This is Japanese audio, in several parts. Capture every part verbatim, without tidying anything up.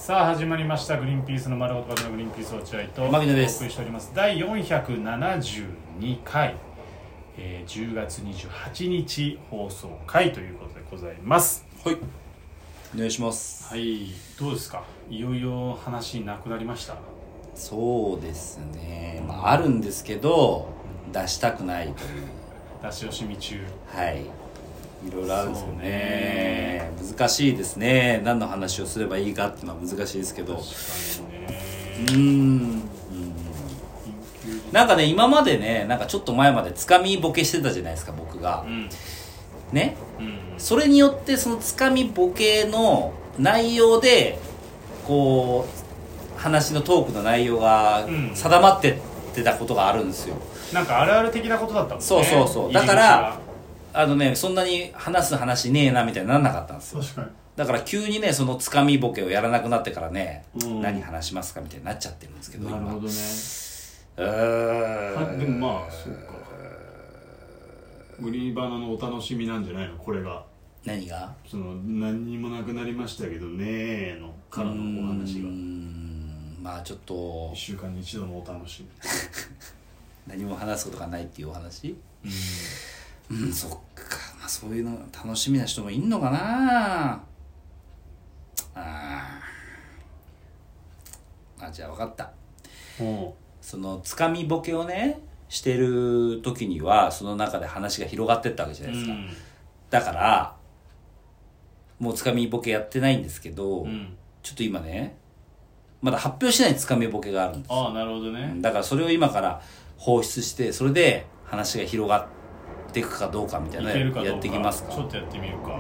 さあ始まりましたグリーンピースの丸ごとバズのグリーンピース落合と牧野です。 お送りしておりますだいよんひゃくななじゅうにかい、えー、じゅうがつにじゅうはちにち放送回ということでございます。 はい、お願いします。 はい、どうですか、いよいよ話なくなりました。 そうですね、まあ、あるんですけど、うん、出したくないという出し惜しみ中、 はいいろいろあるんですよ ね, ね難しいですね。何の話をすればいいかっていうのは難しいですけど、確かにね、うーんうんなんかね、今までね、なんかちょっと前までつかみボケしてたじゃないですか、僕が、うん、ね、うん、それによってそのつかみボケの内容でこう話のトークの内容が定まってってたことがあるんですよ、 うん、なんかあるある的なことだったもんね。 そうそうそう、だからあのね、そんなに話す話ねえなみたいにならなかったんですよ。 確かに。だから急にね、そのつかみボケをやらなくなってからね、うん、何話しますかみたいになっちゃってるんですけど。 なるほどね。 うーん。でもまあそうか。グリーバナのお楽しみなんじゃないの、これが。 何が？ その何にもなくなりましたけどねーのからのお話が。うーん。まあちょっと。 いっしゅうかんに一度のお楽しみ。 何も話すことがないっていうお話？うん。うん、そっか、まあ、そういうの楽しみな人もいんのかなああじゃあ分かった。そのつかみボケをねしてる時にはその中で話が広がってったわけじゃないですか、うん、だからもうつかみボケやってないんですけど、うん、ちょっと今ねまだ発表しないつかみボケがあるんですよ。 ああ、なるほどね。 だからそれを今から放出してそれで話が広がっていくかどうかみたいなのやっていきますか。 ちょっとやってみようか、うん、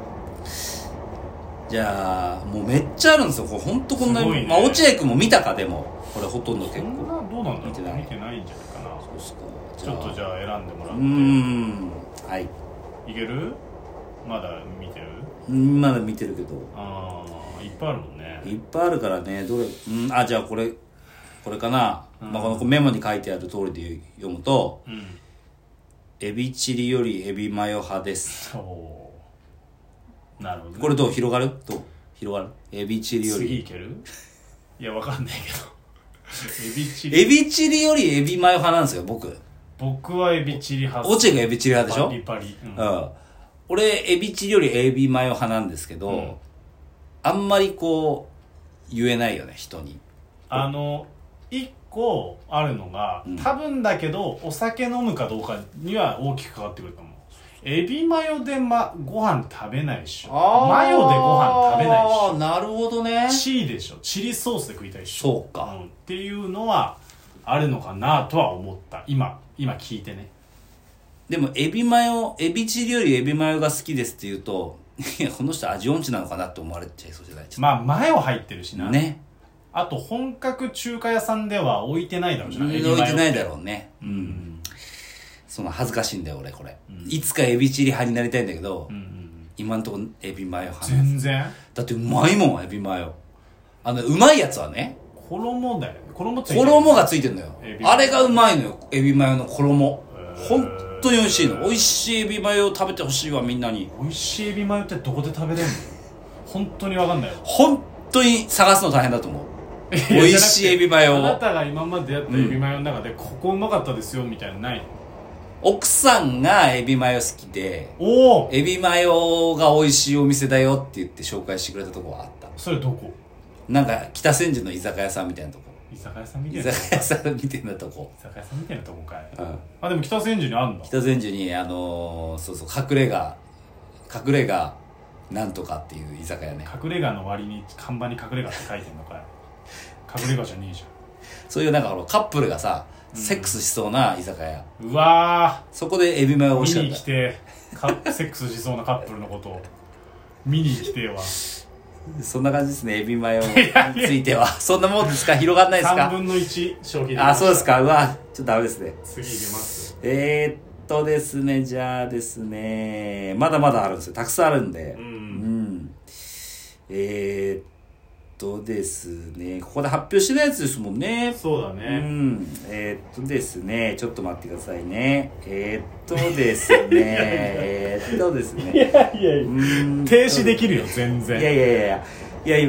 じゃあもうめっちゃあるんですよ、これほんとこんなに、ね、まあ落合君も見たか。でもこれほとんど結構そんなどうなんだろう、見てない、見てないんじゃないかな。そうすか、ちょっとじゃあ選んでもらって。うーん、はい、 いける？まだ見てる？ まだ見てるけど、 ああ、いっぱいあるもんね。 いっぱいあるからね、どれ、うん、あ、じゃあこれこれかな、うんまあ、このメモに書いてある通りで読むと、うん、エビチリよりエビマヨ派です。 おなるほど、ね、 これどう広がる？どう広がる？エビチリより次いける？いやわかんないけどエビチリエビチリよりエビマヨ派なんですよ、僕。 僕はエビチリ派。 落合がエビチリ派でしょ？ パリパリ、 うん、うん、俺エビチリよりエビマヨ派なんですけど、うん、あんまりこう言えないよね、人に。 あの一個あるのが、うん、多分だけどお酒飲むかどうかには大きく関わってくると思う。エビマヨで、ま、ご飯食べないでしょ。マヨでご飯食べないでしょ。 なるほどね。 チーでしょ。チリソースで食いたいでしょ。 そうか、 うん、っていうのはあるのかなとは思った今今聞いてね。 でもエビマヨエビチリよりエビマヨが好きですって言うといやこの人味音痴なのかなって思われちゃいそうじゃない？ まあマヨ入ってるしなね。 あと本格中華屋さんでは置いてないだろうしな、 置いてないだろうね。うん、うん、その恥ずかしいんだよ俺これ、うん、いつかエビチリ派になりたいんだけど、うんうん、今んとこエビマヨ派なんです。 全然だってうまいもんエビマヨ。あのうまいやつはね、 衣だよね。衣ついてる、 衣がついてるのよ。あれがうまいのよ、エビマヨの衣。本当に美味しいの。美味しいエビマヨを食べてほしいわ、みんなに。 美味しいエビマヨってどこで食べれるの？本当に分かんないよ。 本当に探すの大変だと思う。美味しいエビマヨを。 あなたが今までやったエビマヨの中で、うん、ここうまかったですよみたいなのないの？ 奥さんがエビマヨ好きで、 おエビマヨが美味しいお店だよって言って紹介してくれたとこがあった。 それどこ？ なんか北千住の居酒屋さんみたいなとこ。 居酒屋さんみたいなとこ。 居酒屋さんみたいなとこ。 居酒屋さんみたいなとこかい。 うん、 あ、でも北千住にあるんだ。 北千住にあのー、そうそう隠れ家隠れ家なんとかっていう居酒屋ね。 隠れ家の割に看板に隠れ家って書いてんのかい。隠れ家じゃねえじゃん。 そういうなんかカップルがさ、セックスしそうな居酒屋。 うわー。そこでエビマヨをおっしゃった。 見に来てセックスしそうなカップルのことを見に来ては。 そんな感じですね、エビマヨについては。そんなもんですか？広がんないですか？ さんぶんのいち消費で。 あ、そうですか。うわ、ちょっとダメですね。 次いけます。 えー、っとですね、じゃあですね、まだまだあるんですよ。たくさんあるんで。うん。うん、えーっとですね、ここで発表してないやつですもんね。 そうだね。 うん。えー、っとですね、ちょっと待ってくださいね。えー、っとですね、えーっとですね。 いやいやいや、停止できるよ、全然。 いやいやいやいや、いや今、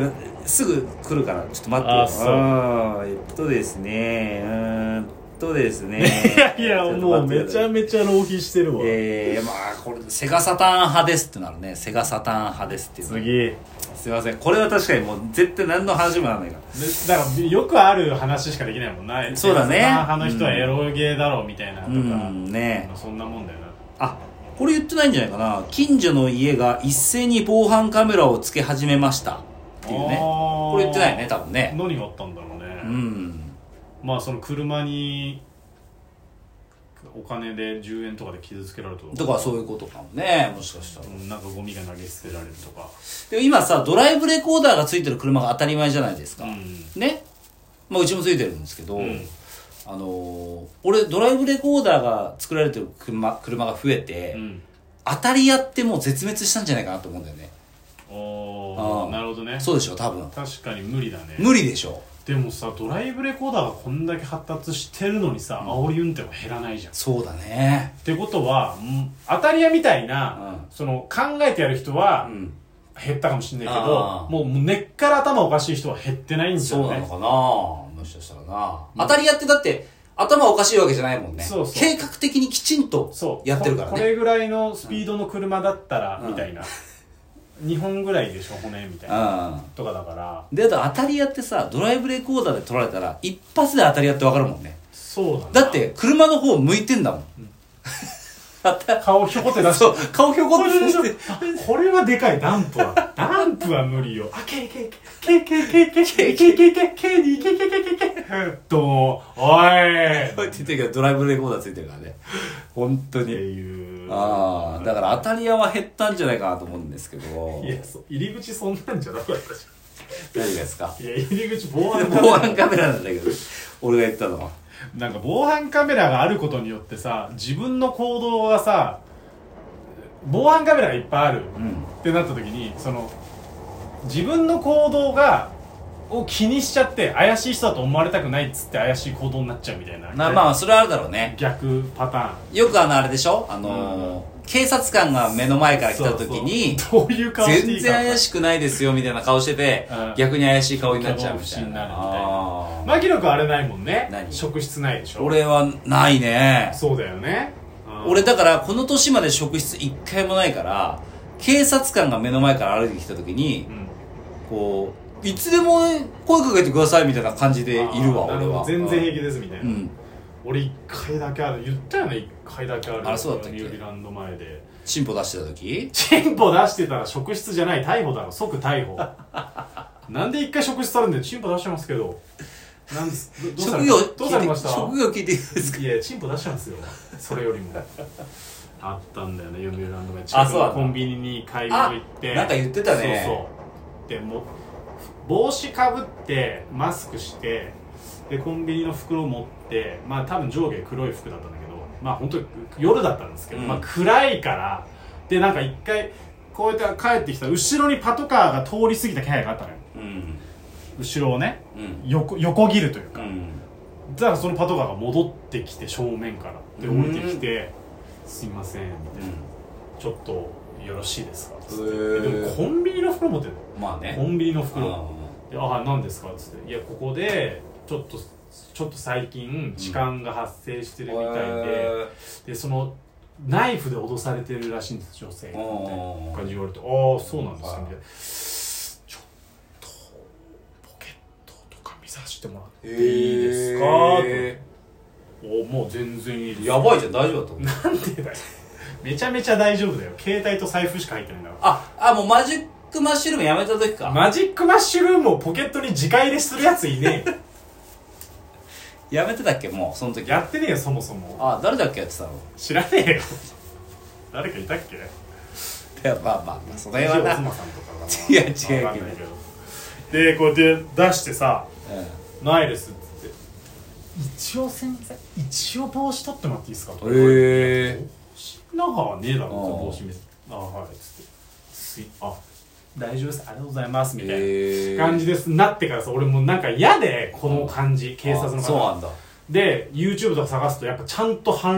すぐ来るからちょっと待ってよ。 あそうあえっとですねうーんとですねいやいやもうめちゃめちゃ浪費してるわ。 えー、まあこれセガサターン派ですってなるね。セガサターン派ですっていう。 次すいません、これは確かにもう絶対何の話もならないからだからよくある話しかできないもんな。 そうだね。 派の人はエロゲーだろうみたいなとか、 うんね、 そんなもんだよな。 あこれ言ってないんじゃないかな。近所の家が一斉に防犯カメラをつけ始めましたっていうね。これ言ってないね多分ね。 何があったんだろうね。 うんまあその車にお金でじゅうえんとかで傷つけられるとかとかそういうことかもね、もしかしたら。 なんかゴミが投げ捨てられるとか。 でも今さドライブレコーダーがついてる車が当たり前じゃないですか、うん、ね、まあうちもついてるんですけど、うん、あのー、俺ドライブレコーダーが作られてる 車, 車が増えて、うん、当たり屋ってもう絶滅したんじゃないかなと思うんだよね。 おーなるほどね。 そうでしょ多分。 確かに無理だね。 無理でしょ。 でもさドライブレコーダーがこんだけ発達してるのにさ、うん、煽り運転は減らないじゃん。 そうだね。 ってことは当たり屋みたいな、うん、その考えてやる人は、うん減ったかもしれないけど、もう根っから頭おかしい人は減ってないんですよね。 そうなのかな、もしかしたらな、うん、当たり屋ってだって頭おかしいわけじゃないもんね。そうそう計画的にきちんとやってるからね。 こ, これぐらいのスピードの車だったら、うん、みたいなにほんぐらいでしょ骨みたいな、うん、とかだから。 であと当たり屋ってさドライブレコーダーで撮られたら一発で当たり屋って分かるもんね。 そうだな。 だって車の方向いてんだもん、うん顔ひょこって出してそう顔ひょこって出してこれはでかい。ダンプはダンプは無理よ。あけけけけけけけけけけけけにけけけけけとおいこうやって言ってるけどドライブレコーダーついてるからね本当にっていう。ああだから当たり屋は減ったんじゃないかなと思うんですけど。 いや入り口そんなんじゃなかったじゃん。何がですか。 いや入り口防犯カメラ防犯カメラなんだけど俺が言ったのはなんか防犯カメラがあることによってさ自分の行動がさ防犯カメラがいっぱいある、うん、ってなった時にその自分の行動がを気にしちゃって怪しい人だと思われたくないっつって怪しい行動になっちゃうみたいな。 まあまあそれはあるだろうね。 逆パターン。 よくあのあれでしょあのーうん警察官が目の前から来た時にそうそうどういう顔していいか全然怪しくないですよみたいな顔してて、うん、逆に怪しい顔になっちゃうみたいな。 牧野君あれないもんね。何職質ないでしょ。 俺はないね。 そうだよね。 俺だからこの年まで職質一回もないから警察官が目の前から歩いてきた時に、うん、こういつでも声かけてくださいみたいな感じでいるわ俺は。 全然平気ですみたいな、うん、俺一回だけある言ったよね。一回だけある。 あそうだったっけ。 ニューリランド前でチンポ出してた時チンポ出してたら職質じゃない逮捕だろ。即逮捕なんで一回職質されるんだよ。チンポ出してますけどなんですど, ど, うされどうされました。 職業聞いていいですか。 いやチンポ出してますよそれよりもあったんだよねニューリランド前。近くのコンビニに買い物行ってなんか言ってたね。 そうそうでも帽子かぶってマスクしてでコンビニの袋を持ってまあ多分上下黒い服だったんだけどまあ本当に夜だったんですけど、うん、まあ暗いからでなんか一回こうやって帰ってきたら後ろにパトカーが通り過ぎた気配があったのよ、うん、後ろをね、うん、横, 横切るというか、うん、だからそのパトカーが戻ってきて正面からで降りてきて、うん、すいませんみたいな、うん、ちょっとよろしいですかっつって、でもコンビニの袋持ってるの。まあねコンビニの袋であ何ですかっつっていやここでちょっとちょっと最近痴漢が発生してるみたいで、うん、でそのナイフで脅されてるらしいんです女性みたいな感じ言われてああそうなんですかみたいなちょっとポケットとか見させてもらっていいですか、えー、おもう全然いいです。 やばいじゃん大丈夫だったなんでだよめちゃめちゃ大丈夫だよ。携帯と財布しか入ってないんだから。 ああもうマジックマッシュルームやめた時か。 マジックマッシュルームをポケットに直入れするやついねえやめてたっけもうその時。 やってねえよそもそも。 あ誰だっけやってたの。 知らねえよ誰かいたっけ。 いやまあまあまあその辺はな妻さんとかがいや違うけどでこうやって出してさ、うん、ないですっつって一応先生一応帽子取ってもらっていいですかとか言われて、へえ中はねえだろ帽子見せてあはいっつってすいあ大丈夫ですありがとうございますみたいな感じですなってからさ俺もなんか嫌でこの感じ、うん、警察の方そうなんだ。 で YouTube とか探すとやっぱちゃんと反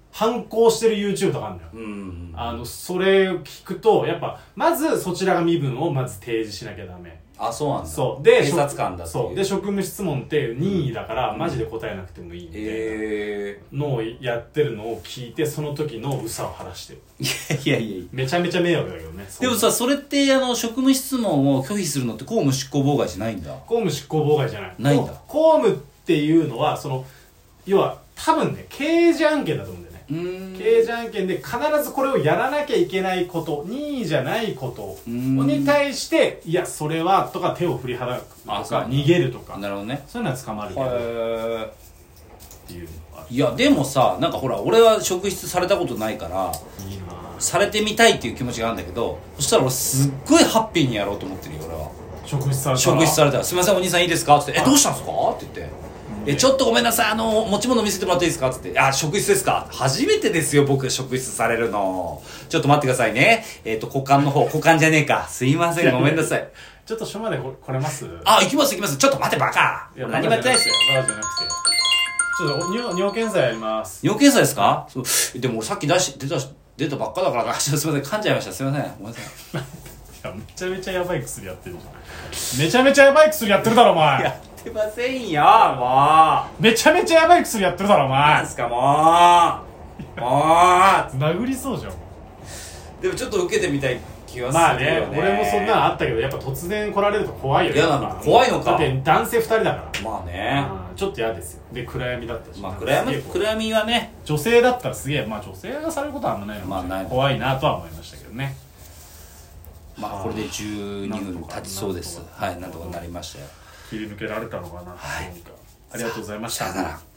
反抗してる YouTube とかあるんだよ、うん、あのそれを聞くとやっぱまずそちらが身分をまず提示しなきゃダメ。 あ、そうなんだ。 そうで警察官だっていう。 そうで職務質問って任意だから、うん、マジで答えなくてもいいみたいなのをやってるのを聞いて、その時の憂さを晴らしてる。 いやいやいや、 めちゃめちゃ迷惑だけどね。 でもさ、それってあの職務質問を拒否するのって公務執行妨害じゃないんだ。 公務執行妨害じゃない。 ないんだ。 公務っていうのはその要は多分ね刑事案件だと思うんだよね。刑事案件で必ずこれをやらなきゃいけないこと、任意じゃないことに対していやそれはとか手を振り払うとか逃げるとか、 なるほどね、 そういうのは捕まるけどっていうの。 いやでもさ、なんかほら俺は職質されたことないからいいな、されてみたいっていう気持ちがあるんだけど、そしたら俺すっごいハッピーにやろうと思ってるよ俺は。 職質されたら職質されたら「すいませんお兄さんいいですか?」って言って「えどうしたんですか?」って言ってえちょっとごめんなさい、あの持ち物見せてもらっていいですか?」っつって「あ職質ですか?」初めてですよ僕職質されるの。ちょっと待ってくださいね、えっと股間の方、股間じゃねえか、すいませんごめんなさいちょっと署まで来れます？ あ、行きます行きます。ちょっと待ってバカ、 いや何もやってないですよ。 バカじゃなくてちょっと尿尿検査やります。 尿検査ですか？そうでも俺さっき出し出た出たばっかだからな、すいません噛んじゃいました、すいませんごめんなさいいやめちゃめちゃやばい薬やってるじゃん。めちゃめちゃやばい薬やってるだろお前。 やってませんよもう。めちゃめちゃやばい薬やってるだろお前。 なんすかもうもう殴りそうじゃん。 でもちょっと受けてみたい気はするよね。 まあね、俺もそんなのあったけどやっぱ突然来られると怖いよね。 嫌なの。怖いのか。 だって男性ふたりだから。 まあね、 うん、ちょっと嫌ですよ。で暗闇だったし、 まあ暗闇暗闇はね、 女性だったらすげえ、まあ女性がされることはあんまないのかもしれない、まあ、ない怖いなとは思いましたけどね。 まあこれでじゅうにふん経ちそうです。はい、なんとかなりましたよ。 切り抜けられたのかな、 はい、 ありがとうございました。 さよなら。